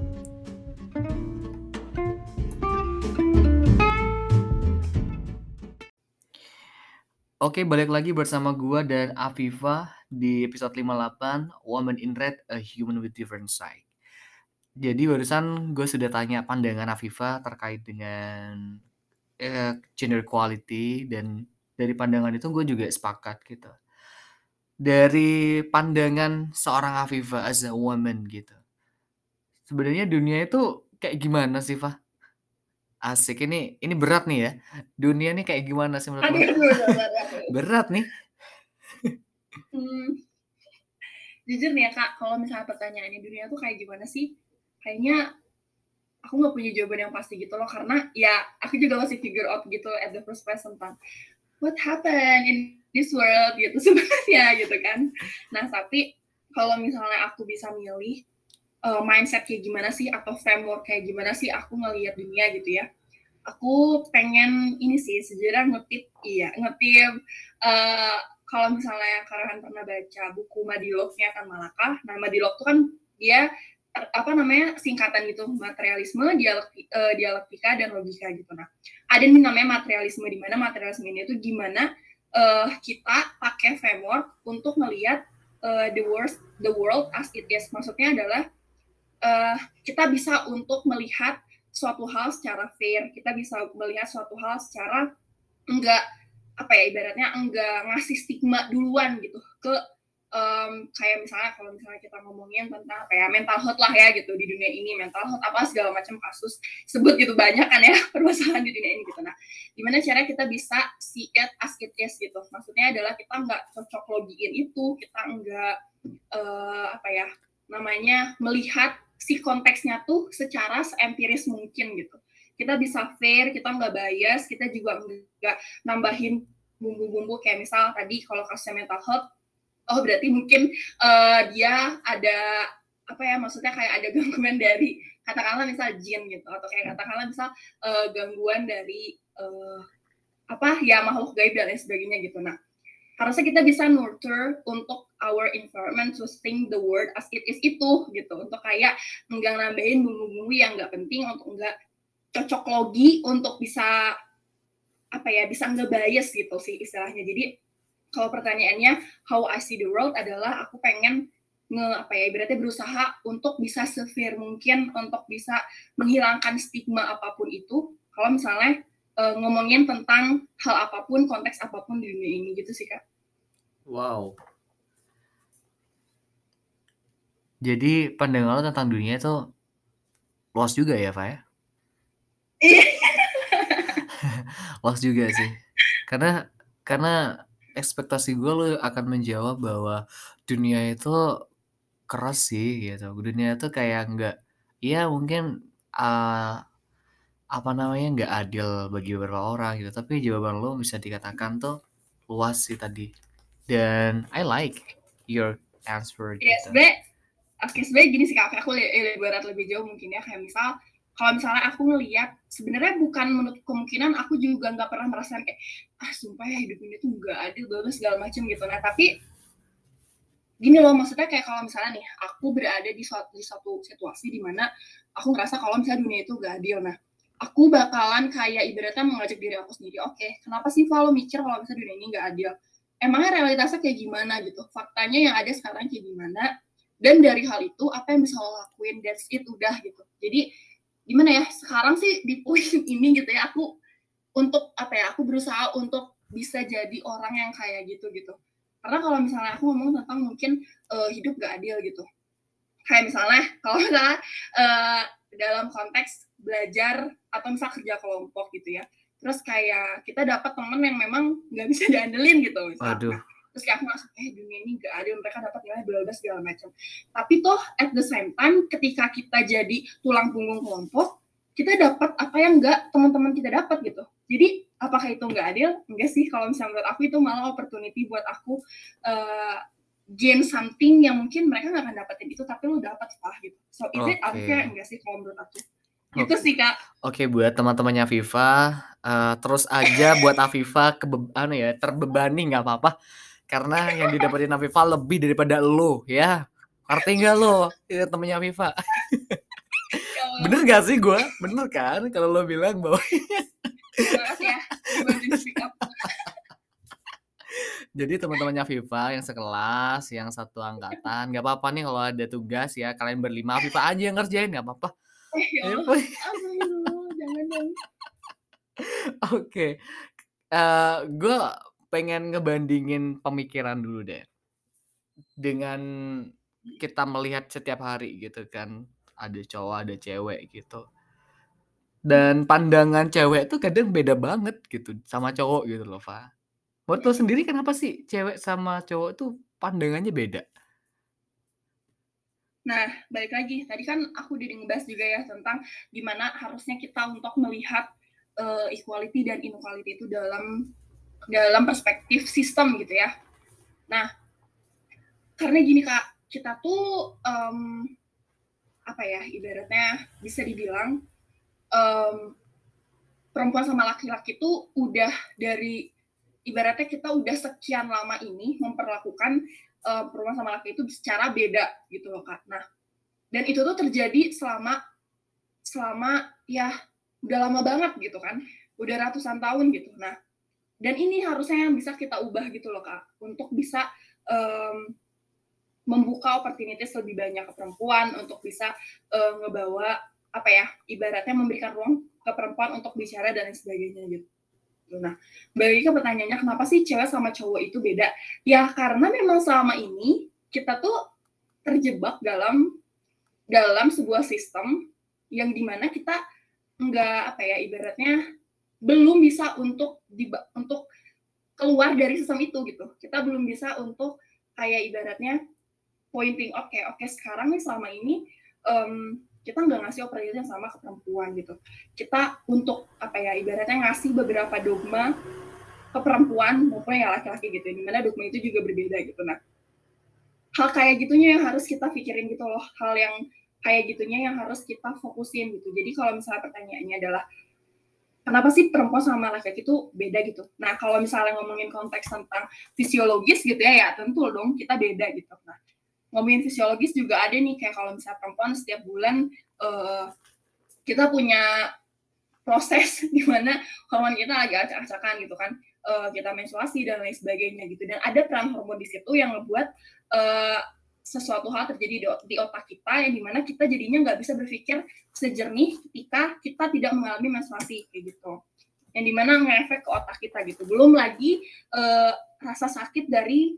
Oke, balik lagi bersama gua dan Afifah di episode 58, Woman in Red, A Human with Different Side. Jadi barusan gue sudah tanya pandangan Afifah terkait dengan gender equality, dan dari pandangan itu gue juga sepakat gitu. Dari pandangan seorang Afifah as a woman gitu. Sebenarnya dunia itu kayak gimana sih, Fah? Asik, ini berat nih ya. Dunia nih kayak gimana sih menurut lo? Berat nih. Jujur nih ya Kak, kalau misalnya pertanyaannya dunia tuh kayak gimana sih? Kayaknya aku nggak punya jawaban yang pasti gitu loh, karena ya aku juga masih figure out gitu at the first place tentang what happened in this world gitu sebenarnya gitu kan. Nah tapi kalau misalnya aku bisa milih, mindset kayak gimana sih atau framework kayak gimana sih aku ngelihat dunia gitu ya. Aku pengen ini sih sejarah ngetip kalau misalnya kalian pernah baca buku Madilognya Tan Malaka. Nah, Madilog itu kan dia apa namanya singkatan gitu, materialisme, dialektika dan logika gitu. Nah, ada nih namanya materialisme, di mana materialisme ini tuh gimana kita pakai framework untuk melihat the world as it is. Maksudnya adalah kita bisa untuk melihat suatu hal secara fair, kita bisa melihat suatu hal secara enggak apa ya ibaratnya enggak ngasih stigma duluan gitu ke kayak misalnya kalau misalnya kita ngomongin tentang apa ya mental health lah ya gitu di dunia ini, mental health apa segala macam kasus sebut gitu banyak kan ya permasalahan di dunia ini gitu. Nah, gimana cara kita bisa see it as it is gitu, maksudnya adalah kita nggak cocok logiin itu, kita enggak apa ya namanya melihat si konteksnya tuh secara seempiris mungkin gitu. Kita bisa fair, kita nggak bias, kita juga nggak nambahin bumbu-bumbu kayak misal tadi kalau kasusnya mental health, oh berarti mungkin dia ada apa ya maksudnya kayak ada gangguan dari katakanlah misal jin gitu, atau kayak katakanlah misal gangguan dari apa ya makhluk gaib dan lain sebagainya gitu. Nah, harusnya kita bisa nurture untuk our environment to think the word as it is itu gitu, untuk kayak enggak nambahin bumbu-bumbu yang nggak penting, untuk enggak cocok logi, untuk bisa apa ya bisa enggak bias gitu sih istilahnya. Jadi kalau pertanyaannya how I see the world adalah aku pengen apa ya berarti berusaha untuk bisa se-fair mungkin, untuk bisa menghilangkan stigma apapun itu kalau misalnya ngomongin tentang hal apapun, konteks apapun di dunia ini gitu sih Kak. Wow. Jadi pandangan lo tentang dunia itu luas juga ya, Pak ya? Iya. Luas juga sih. Karena ekspektasi gue lo akan menjawab bahwa dunia itu keras sih gitu. Dunia itu kayak nggak, ya mungkin apa namanya nggak adil bagi beberapa orang gitu. Tapi jawaban lo bisa dikatakan tuh luas sih tadi. Dan I like your answer Ya gitu. sebenarnya gini sih Kak, aku ibarat lebih jauh mungkin ya, kayak misal kalau misalnya aku ngelihat sebenarnya bukan menutup kemungkinan aku juga nggak pernah merasakan kayak sumpah ya hidup ini tuh nggak adil banget segala macam gitu. Nah tapi gini loh, maksudnya kayak kalau misalnya nih aku berada di satu situasi di mana aku ngerasa kalau misalnya dunia itu gak adil, nah aku bakalan kayak ibaratnya mengajak diri aku sendiri, oke, kenapa sih kalau mikir kalau misalnya dunia ini gak adil, emangnya realitasnya kayak gimana gitu, faktanya yang ada sekarang kayak gimana, dan dari hal itu apa yang bisa lo lakuin, that's it, udah gitu. Jadi gimana ya sekarang sih di poin ini gitu ya, aku untuk apa ya aku berusaha untuk bisa jadi orang yang kayak gitu. Karena kalau misalnya aku ngomong tentang mungkin hidup gak adil gitu, kayak misalnya kalau misalnya dalam konteks belajar atau misal kerja kelompok gitu ya, terus kayak kita dapat temen yang memang nggak bisa diandelin gitu misal. Waduh. Nah, terus kayak aku merasa dunia ini gak adil, mereka dapat nilai bla segala macam, tapi toh at the same time ketika kita jadi tulang punggung kelompok, kita dapat apa yang nggak teman-teman kita dapat gitu. Jadi apakah itu nggak adil? Enggak sih, kalau misalnya menurut aku itu malah opportunity buat aku gain something yang mungkin mereka nggak akan dapetin itu, tapi lu dapat lah gitu. So is it unfair? Enggak sih kalau menurut aku. Gitu sih Kak. Oke, buat teman-temannya Viva, terus aja buat Afifa terbebani nggak apa-apa, karena yang didapetin Afifa lebih daripada lo ya. Ngerti nggak lo? Ya, temennya Viva. Bener gak sih gue? Bener kan kalau lo bilang bahwa Makasih ya dibantuin speak up. jadi teman-temannya Viva yang sekelas, yang satu angkatan, nggak apa-apa nih kalau ada tugas ya kalian berlima, Viva aja yang ngerjain nggak apa-apa. Ya Allah, jangan dong. Oke, gue pengen ngebandingin pemikiran dulu deh. Dengan kita melihat setiap hari gitu kan, ada cowok, ada cewek gitu. Dan pandangan cewek tuh kadang beda banget gitu sama cowok gitu loh, Fa. Menurut lo sendiri kenapa sih cewek sama cowok tuh pandangannya beda? Nah, balik lagi. Tadi kan aku udah ngebahas juga ya tentang gimana harusnya kita untuk melihat equality dan inequality itu dalam perspektif sistem gitu ya. Nah, karena gini Kak, kita tuh apa ya, ibaratnya bisa dibilang um, perempuan sama laki-laki itu udah dari ibaratnya kita udah sekian lama ini memperlakukan perempuan sama laki itu secara beda gitu loh Kak. Nah, dan itu tuh terjadi selama selama ya udah lama banget gitu kan, udah ratusan tahun gitu. Nah, dan ini harusnya yang bisa kita ubah gitu loh Kak, untuk bisa membuka opportunities lebih banyak ke perempuan, untuk bisa ngebawa apa ya, ibaratnya memberikan ruang ke perempuan untuk bicara dan lain sebagainya gitu. Nah, balik ke pertanyaannya, kenapa sih cewek sama cowok itu beda? Ya karena memang selama ini kita tuh terjebak dalam dalam sebuah sistem yang dimana kita nggak apa ya, ibaratnya belum bisa untuk keluar dari sistem itu gitu. Kita belum bisa untuk kayak ibaratnya pointing oke sekarang nih selama ini kita nggak ngasih opportunity yang sama ke perempuan gitu. Kita untuk apa ya, ibaratnya ngasih beberapa dogma ke perempuan maupun yang laki-laki gitu, dimana dogma itu juga berbeda gitu. Nah, hal kayak gitunya yang harus kita pikirin gitu loh, hal yang kayak gitunya yang harus kita fokusin gitu. Jadi kalau misalnya pertanyaannya adalah kenapa sih perempuan sama laki-laki itu beda gitu. Nah, kalau misalnya ngomongin konteks tentang fisiologis gitu ya, ya tentu dong kita beda gitu. Nah, ngomongin fisiologis juga ada nih, kayak kalau misalnya perempuan setiap bulan kita punya proses di mana hormon kita lagi acak-acakan gitu kan, kita menstruasi dan lain sebagainya gitu, dan ada peran hormon di situ yang ngebuat sesuatu hal terjadi di otak kita, yang dimana kita jadinya nggak bisa berpikir sejernih ketika kita tidak mengalami menstruasi kayak gitu, yang dimana ngefek ke otak kita gitu. Belum lagi rasa sakit dari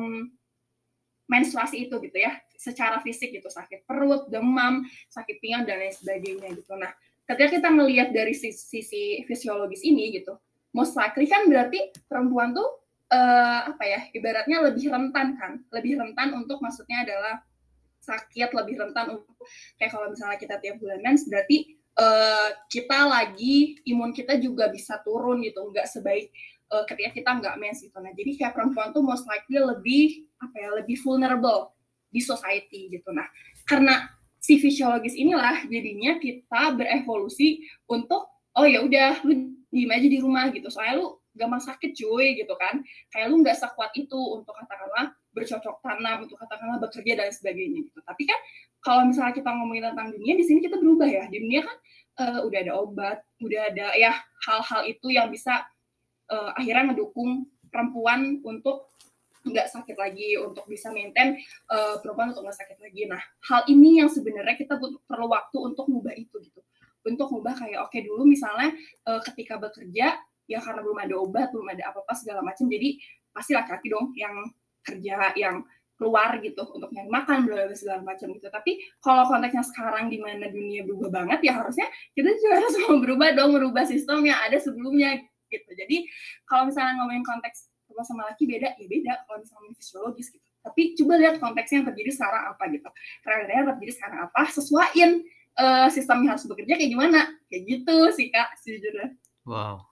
menstruasi itu gitu ya, secara fisik gitu, sakit perut, demam, sakit pinggang dan lain sebagainya gitu. Nah, ketika kita melihat dari sisi fisiologis ini gitu, most likely kan berarti perempuan tuh apa ya, ibaratnya lebih rentan kan, lebih rentan untuk, maksudnya adalah sakit, lebih rentan untuk kayak kalau misalnya kita tiap bulan mens, berarti kita lagi imun kita juga bisa turun gitu, nggak sebaik ketika kita nggak mens gitu. Nah, jadi kayak perempuan tuh most likely lebih apa ya, lebih vulnerable di society gitu. Nah, karena si fisiologis inilah jadinya kita berevolusi untuk oh ya udah lu diem aja di rumah gitu, soalnya lu gampang sakit cuy gitu kan, kayak lu nggak sekuat itu untuk katakanlah bercocok tanam, untuk katakanlah bekerja dan sebagainya gitu. Tapi kan kalau misalnya kita ngomongin tentang dunia, di sini kita berubah ya, di dunia kan udah ada obat, udah ada ya hal-hal itu yang bisa akhirnya mendukung perempuan untuk nggak sakit lagi, untuk bisa maintain perempuan untuk nggak sakit lagi. Nah, hal ini yang sebenarnya kita perlu waktu untuk ngubah itu gitu, untuk ngubah kayak oke dulu misalnya ketika bekerja ya karena belum ada obat, belum ada apa-apa segala macam, jadi pasti laki-laki dong yang kerja, yang keluar gitu untuk nyari makan, bla bla segala macam gitu. Tapi kalau konteksnya sekarang di mana dunia berubah banget, ya harusnya kita juga harus mau berubah dong, merubah sistem yang ada sebelumnya gitu. Jadi kalau misalnya ngomongin konteks perempuan sama laki beda, ya beda kalau misalnya fisiologis gitu. Tapi coba lihat konteksnya yang terjadi sekarang apa gitu. Realitanya yang terjadi sekarang apa, sesuaiin sistemnya harus bekerja kayak gimana. Kayak gitu sih Kak, sejujurnya. Wow.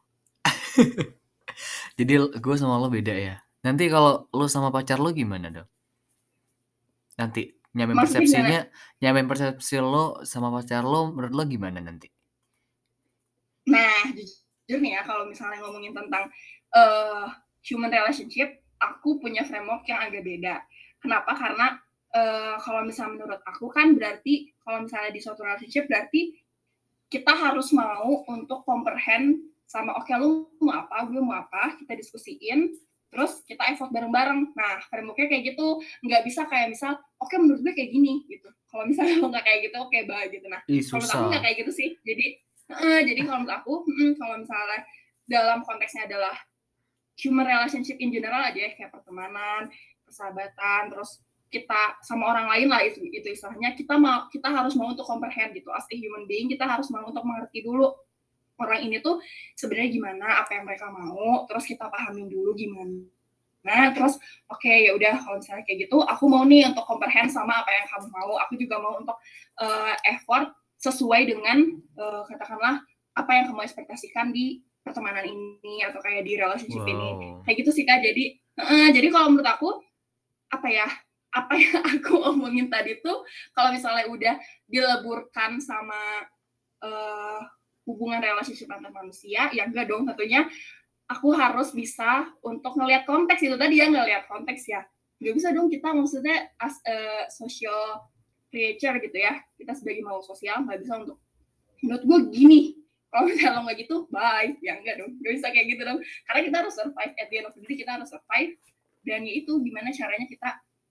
Jadi gue sama lo beda ya. Nanti kalau lo sama pacar lo gimana dong? Nanti Maksudnya nyamain persepsi lo sama pacar lo menurut lo gimana nanti? Nah, jujur nih ya, kalau misalnya ngomongin tentang human relationship, aku punya framework yang agak beda. Kenapa? Karena kalau misalnya menurut aku kan berarti kalau misalnya di suatu relationship berarti kita harus mau untuk comprehend sama oke lu mau apa, gue mau apa, kita diskusiin, terus kita effort bareng-bareng. Nah, frameworknya kayak gitu, nggak bisa kayak misal, oke menurut gue kayak gini gitu. Kalau misalnya lo nggak kayak gitu, oke bah gitu. Nah, Ih, kalau menurut aku nggak susah. kayak gitu sih. Jadi kalau menurut aku, kalau misalnya dalam konteksnya adalah human relationship in general aja ya, kayak pertemanan, persahabatan, terus kita sama orang lain lah, itu istilahnya kita harus mau untuk comprehend gitu, as a human being kita harus mau untuk mengerti dulu orang ini tuh sebenarnya gimana, apa yang mereka mau, terus kita pahamin dulu gimana. Nah, terus oke ya udah kalau misalnya kayak gitu, aku mau nih untuk comprehend sama apa yang kamu mau, aku juga mau untuk effort sesuai dengan katakanlah apa yang kamu ekspektasikan di pertemanan ini atau kayak di relationship ini. Wow. Kayak gitu sih Kak. Jadi kalau menurut aku apa ya? apa yang aku omongin tadi tuh kalau misalnya udah dileburkan sama hubungan relationship antar manusia, ya enggak dong, tentunya aku harus bisa untuk ngelihat konteks itu tadi ya, ngelihat konteks ya. Nggak bisa dong kita maksudnya as a social creature gitu ya, kita sebagai makhluk sosial nggak bisa untuk menurut gue gini, kalau misalnya lo nggak gitu, bye. Ya enggak dong, nggak bisa kayak gitu dong. Karena kita harus survive, at the end of the day kita harus survive. Dan itu gimana caranya kita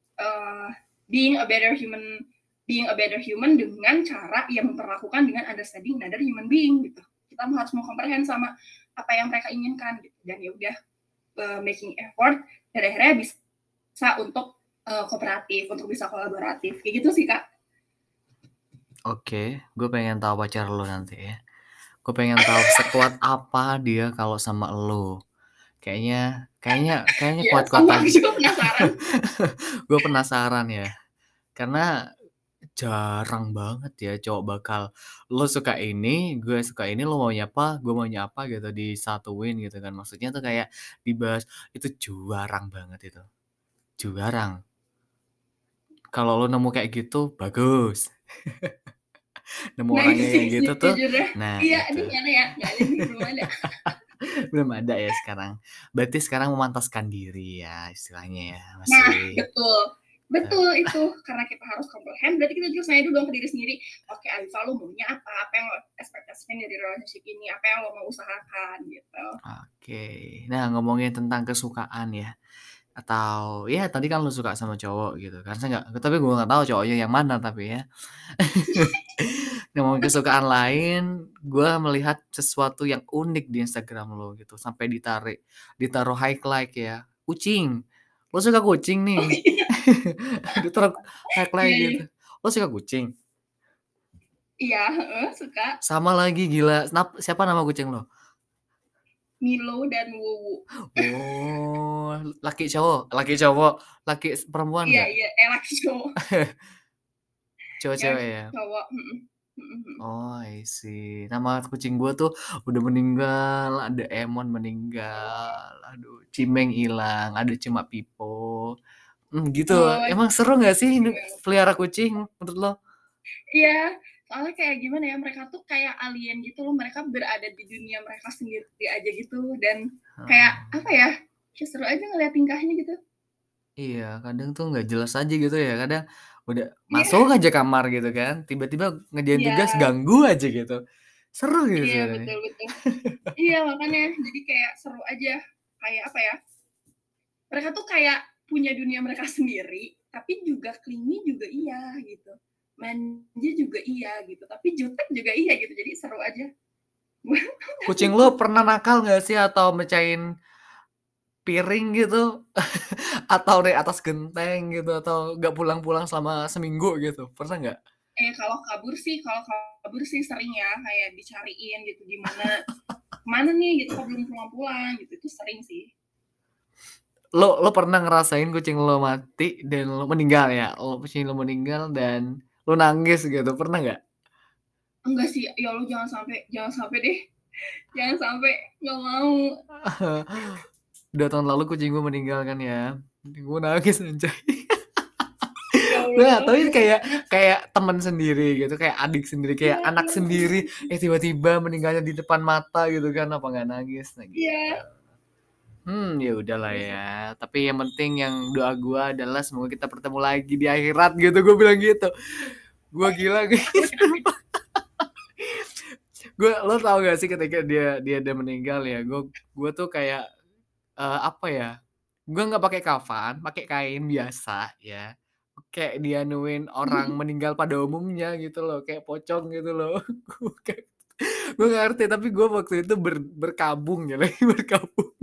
being a better human dengan cara yang memperlakukan dengan understanding another human being gitu. Kita harus mengkomprehend sama apa yang mereka inginkan gitu. Dan ya udah making effort dan akhirnya bisa untuk kooperatif, untuk bisa kolaboratif. Kayak gitu sih, Kak. Oke, gue pengen tahu pacar lo nanti ya. Gue pengen tahu sekuat apa dia kalau sama lo. Kayaknya Ya, kuat-kuat sama aku aja. juga penasaran. Gue penasaran ya. Karena jarang banget ya cowok bakal lo suka ini, gue suka ini, lo maunya apa, gue maunya apa gitu disatuin gitu kan. Maksudnya tuh kayak dibahas itu jarang banget itu. Jarang. Kalau lo nemu kayak gitu bagus. Nemu Nah itu orangnya sih kayak gitu tuh, sejujurnya. nah Iya, itu. ini mana ya? Nggak ada nih, belum ada. Belum ada ya sekarang. Berarti sekarang memantaskan diri ya istilahnya ya, Nah, masih. betul. Betul itu. Karena kita harus comprehend, berarti kita juga nanya dulu dong ke diri sendiri. Oke, Alifa, lo maunya apa? Apa yang lo ekspektasikan dari relationship ini? Apa yang lo mau usahakan gitu. Oke. Nah, ngomongin tentang kesukaan ya. Atau ya tadi kan lu suka sama cowok gitu kan. Saya nggak, tapi gue nggak tahu cowoknya yang mana tapi ya. Ngomongin kesukaan lain, gue melihat sesuatu yang unik di Instagram lo gitu. Sampai ditaruh highlight ya. Kucing. Lo suka kucing Oh nih. iya, Ditaruh highlight iya, iya. gitu. Lo suka kucing? Iya, suka. Sama lagi gila. Siapa nama kucing lo? Milo dan Wuwu. Oh, laki cowok, laki cowok, laki perempuan Iya, nggak? iya. Laki cowok. Cewek-cewek Laki ya? cowok. Mm-mm. Oh, I see. Nama kucing gua tuh udah meninggal, ada Emon meninggal, aduh, Cimeng hilang, ada cuma Pipo. Gitu. Oh, Emang seru nggak sih gimana? pelihara kucing menurut lo? Iya, soalnya kayak gimana ya, mereka tuh kayak alien gitu loh, mereka berada di dunia mereka sendiri aja gitu, dan kayak Heeh. apa ya, kayak seru aja ngeliat tingkahnya gitu. Iya, kadang tuh nggak jelas aja gitu ya. Kadang udah Iya, masuk aja kamar gitu kan, tiba-tiba ngerjain iya, tugas ganggu aja gitu. Seru gitu iya sebenarnya. betul betul. Iya makanya, jadi kayak seru aja, kayak apa ya, mereka tuh kayak punya dunia mereka sendiri, tapi juga clingy juga iya gitu, manja juga iya gitu, tapi jutek juga iya gitu, jadi seru aja. Kucing lo pernah nakal nggak sih atau mecahin piring gitu? Atau dari atas genteng gitu, atau nggak pulang-pulang selama seminggu gitu, pernah nggak? Kalau kabur sih sering ya, kayak dicariin gitu gimana mana nih gitu kok belum pulang-pulang gitu, itu sering sih. Lo pernah ngerasain kucing lo mati dan lo meninggal ya? Kucing lo meninggal dan lo nangis gitu, pernah nggak? Enggak sih, ya Allah jangan sampai deh, jangan sampai, nggak mau. 2 tahun lalu kucing gue meninggal kan ya, gue nangis anjay. Ya Gue nggak tahu Allah, ini kayak kasihan. kayak teman sendiri gitu, kayak adik sendiri, kayak Iya, anak sendiri, tiba-tiba meninggalnya di depan mata gitu kan, apa nggak nangis, nah gitu. iya, Ya udahlah iya. ya, tapi yang penting yang doa gua adalah semoga kita bertemu lagi di akhirat gitu, gua bilang gitu. Gua gila Amin, guys. amin. Lo tau gak sih ketika dia udah meninggal ya, gua tuh kayak apa ya? Gua nggak pakai kafan, pakai kain biasa ya. Kayak dianuin orang meninggal pada umumnya gitu loh, kayak pocong gitu loh. Gue gak ngerti, tapi gue waktu itu berkabung ya, lagi berkabung.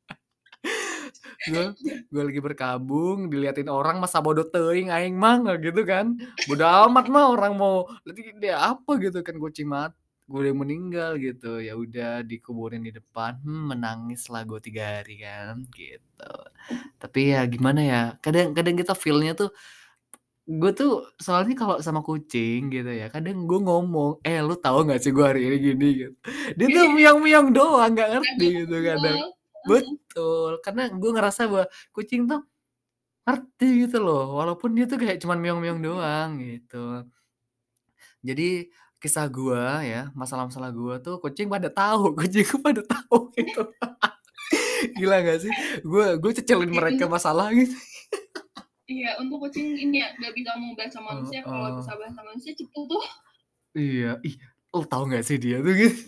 gue gue lagi berkabung diliatin orang masa bodoh teuing aing mah gitu kan, bodoh amat mah orang mau nanti dia apa gitu kan, gue udah meninggal gitu, ya udah dikuburin di depan, menangis lah gue 3 hari kan gitu. Tapi ya gimana ya, kadang-kadang kita feel-nya tuh, gue tuh soalnya kalau sama kucing gitu ya, kadang gue ngomong, lu tahu nggak sih gue hari ini gini gitu, dia tuh miang-miang doang nggak ngerti Agak gitu kadang. sebel. Betul, karena gue ngerasa bahwa kucing tuh ngerti gitu loh, walaupun dia tuh kayak cuman meong-meong doang gitu. Jadi kisah gua ya, masalah-masalah gua tuh kucing pada tahu, kucingku pada tahu gitu. Gila nggak sih? Gue cecelin Ya, mereka masalah gitu. iya, untuk kucing ini ya nggak bisa ngomong bahasa manusia, kalau Heeh. bisa bahasa manusia cepet tuh. Iya. Ih, lu tahu nggak sih dia tuh gitu,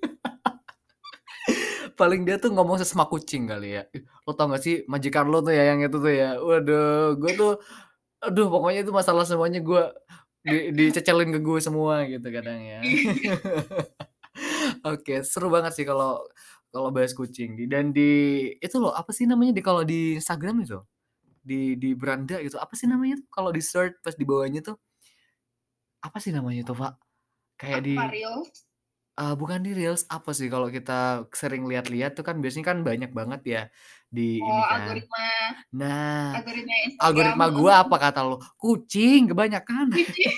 paling dia tuh ngomong sesama kucing kali ya. Ih, lu tahu nggak sih majikan lu tuh ya yang itu tuh ya, waduh gue tuh aduh pokoknya itu masalah semuanya gue dicecelin ke gue semua gitu kadang ya. Iya, Oke, seru banget sih kalau kalau bahas kucing dan di itu loh, apa sih namanya kalau di Instagram itu, di beranda gitu, apa sih namanya tuh kalau di-search pas di bawahnya tuh, apa sih namanya tuh, Pak? Kayak di apa reels? bukan di reels, apa sih kalau kita sering lihat-lihat tuh kan biasanya kan banyak banget ya di ini Oh, kan. Nah, algoritma Instagram, algoritma heeh. gua apa kata lu? Kucing kebanyakan, Kucing.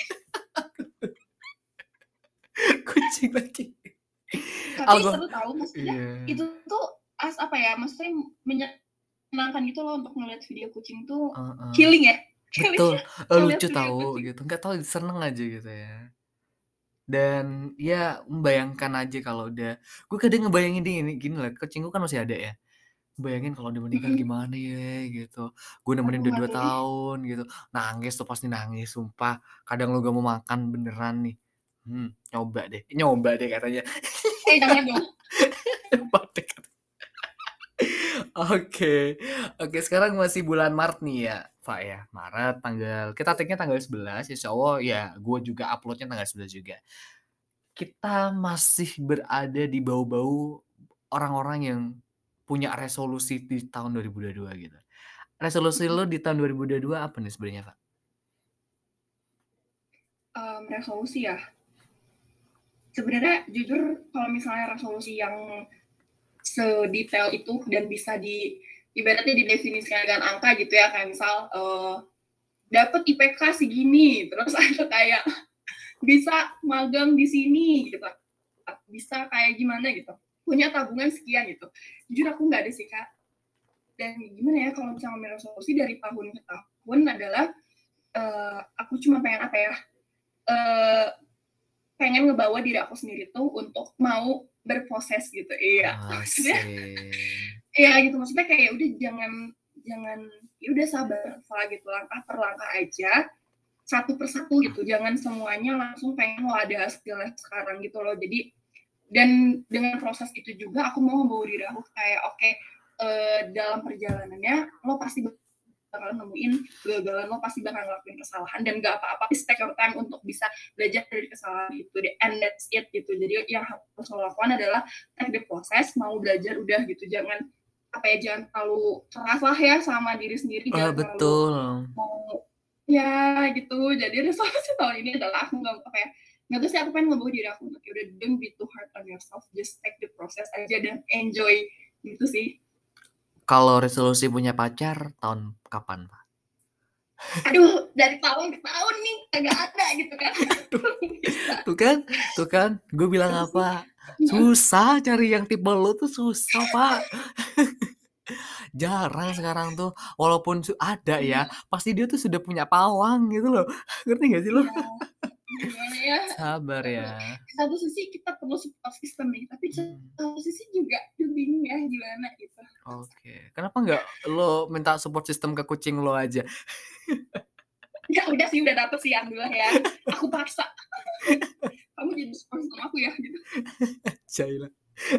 kucing lagi. Tapi Algo seru tahu, maksudnya iya, itu tuh apa ya, maksudnya menyenangkan gitu loh untuk ngeliat video kucing tuh, heeh. healing ya, healing Betul, ya, ngeliat lucu video tahu kucing. gitu, nggak tahu seneng aja gitu ya. Dan ya membayangkan aja kalau udah gue kadang ngebayangin gini gini loh, kucingku kan masih ada ya, bayangin kalau udah meninggal Mhm. gimana ya gitu. Gue nemenin Aduh, udah 2 ngeri. tahun gitu, nangis tuh pasti nangis sumpah, kadang lu gak mau makan beneran nih, nyoba deh katanya. Jangan dong. Nyoba deh katanya. Oke, oke sekarang masih bulan Maret nih ya, Pak, ya, Maret tanggal kita take-nya tanggal 11 insyaallah ya gue juga upload-nya tanggal 11 juga. Kita masih berada di bau-bau orang-orang yang punya resolusi di tahun 2022 gitu. Resolusi Mhm. lu di tahun 2022 apa nih sebenarnya, Pak? Resolusi ya, sebenarnya jujur kalau misalnya resolusi yang sedetail itu dan bisa ibaratnya didefinisikan dengan angka gitu ya, kayak misal dapat IPK segini, terus ada kayak bisa magang di sini gitu, bisa kayak gimana gitu, punya tabungan sekian gitu. Jujur aku nggak ada sih Kak. Dan gimana ya, kalau misalnya ngomongin resolusi dari tahun ke tahun adalah aku cuma pengen apa ya, uh, pengen ngebawa diri aku sendiri tuh untuk mau berproses gitu. Iya, maksudnya Asik. iya gitu, maksudnya kayak udah jangan jangan ya udah sabar lah gitu, langkah per langkah aja, satu persatu gitu, jangan semuanya langsung pengen lo ada hasilnya sekarang gitu loh. Jadi dan dengan proses itu juga aku mau membawa diri aku kayak oke, dalam perjalanannya lo pasti bakal nemuin kegagalan, lo pasti bakal ngelakuin kesalahan dan gak apa-apa, please take your time untuk bisa belajar dari kesalahan itu, and that's it gitu. Jadi yang harus lo lakukan adalah take the proses, mau belajar udah gitu, jangan apa ya, jangan terlalu keras lah ya sama diri sendiri, jangan terlalu Betul. mau ya gitu. Jadi resolusi tahun ini adalah aku nggak apa ya, nggak tahu sih, aku pengen ngebawa diri aku untuk udah don't be too hard on yourself, just take the process aja dan enjoy gitu sih. Kalau resolusi punya pacar tahun kapan, Pak? Aduh, dari tahun ke tahun nih kagak ada gitu kan. Bisa. Tuh kan tuh kan, gue bilang Terus sih, apa, susah cari yang tipe lu tuh susah, Pak. Jarang sekarang tuh, walaupun ada ya, iya, pasti dia tuh sudah punya pawang gitu loh. Ngerti nggak sih lo? iya, gimana ya, Sabar aduh, ya. di satu sisi kita perlu support system nih, tapi di Mhm, satu sisi juga bingung ya gimana gitu. oke. Kenapa nggak lo minta support system ke kucing lo aja? Ya udah sih, udah dapet sih alhamdulillah ya. Aku paksa, kamu jadi support system aku ya gitu. Jailah.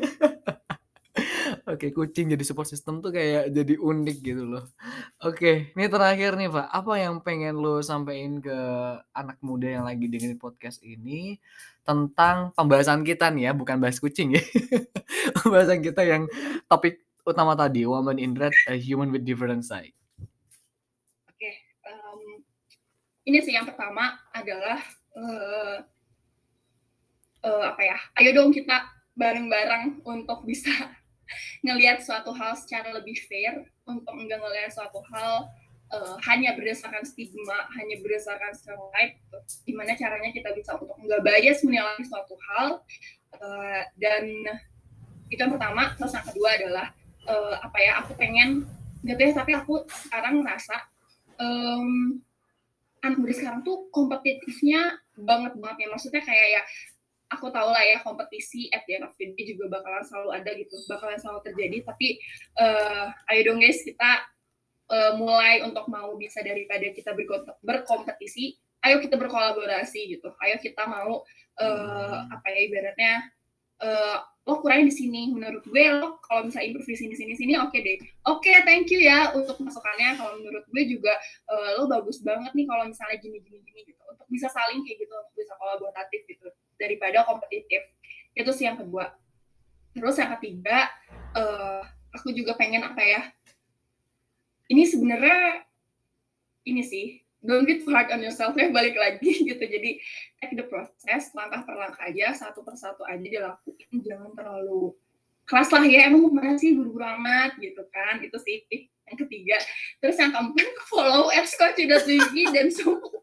Oke, kucing jadi support system tuh kayak jadi unik gitu loh. Oke, ini terakhir nih, Pak. Apa yang pengen lo sampein ke anak muda yang lagi dengerin podcast ini tentang pembahasan kita nih ya, bukan bahas kucing ya. Pembahasan kita yang topik utama tadi, Woman in Red, a Human with Different Side. Oke, um, ini sih yang pertama adalah uh, apa ya? Ayo dong kita bareng-bareng untuk bisa ngelihat suatu hal secara lebih fair, untuk enggak ngelihat suatu hal hanya berdasarkan stigma, hanya berdasarkan stereotype, gitu. Gimana caranya kita bisa untuk enggak bias menilai suatu hal, dan itu yang pertama. Terus yang kedua adalah apa ya? Aku pengen, nggak tahu ya, tapi aku sekarang ngerasa anak muda sekarang tuh kompetitifnya banget ya. Maksudnya kayak ya aku tahu lah ya kompetisi at the end of the day juga bakalan selalu ada gitu, bakalan selalu terjadi. Tapi ayo dong guys, kita mulai untuk mau bisa daripada kita berkompetisi, ayo kita berkolaborasi gitu. Ayo kita mau apa ya ibaratnya lo kurangin di sini, menurut gue lo kalau misalnya improve di sini oke deh, oke thank you ya untuk masukannya, kalau menurut gue juga lo bagus banget nih kalau misalnya gini gitu, untuk bisa saling kayak gitu, untuk bisa kolaboratif gitu daripada kompetitif. Itu sih yang kedua. Terus yang ketiga, aku juga pengen apa ya, ini sebenarnya ini sih, don't get too hard on yourself ya, balik lagi gitu. Jadi take the process, langkah per langkah aja, satu persatu aja dilakuin, jangan terlalu keras lah ya, emang gimana sih, buru-buru amat gitu kan. Itu sih yang ketiga. Terus yang keempat, follow @coach.wigi dan support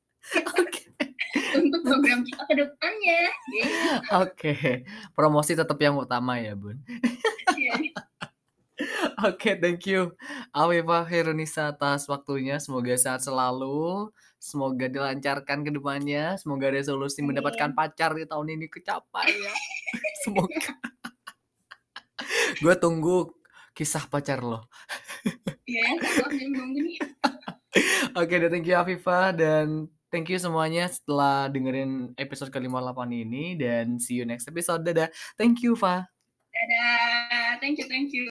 untuk program kita ke depannya. Oke, promosi tetap yang utama ya, Bun. Iya. Oke, thank you Afifah Khairunisa atas waktunya, semoga sehat selalu, semoga dilancarkan ke depannya, semoga resolusi mendapatkan Amin. pacar di tahun ini kecapai ya. Semoga. Gue tunggu kisah pacar lo. Iya ya, sama nunggu nih. Oke deh, thank you Afifah, dan thank you semuanya setelah dengerin episode ke-58 ini, dan see you next episode. Dadah. Thank you, Fa. Dadah, thank you.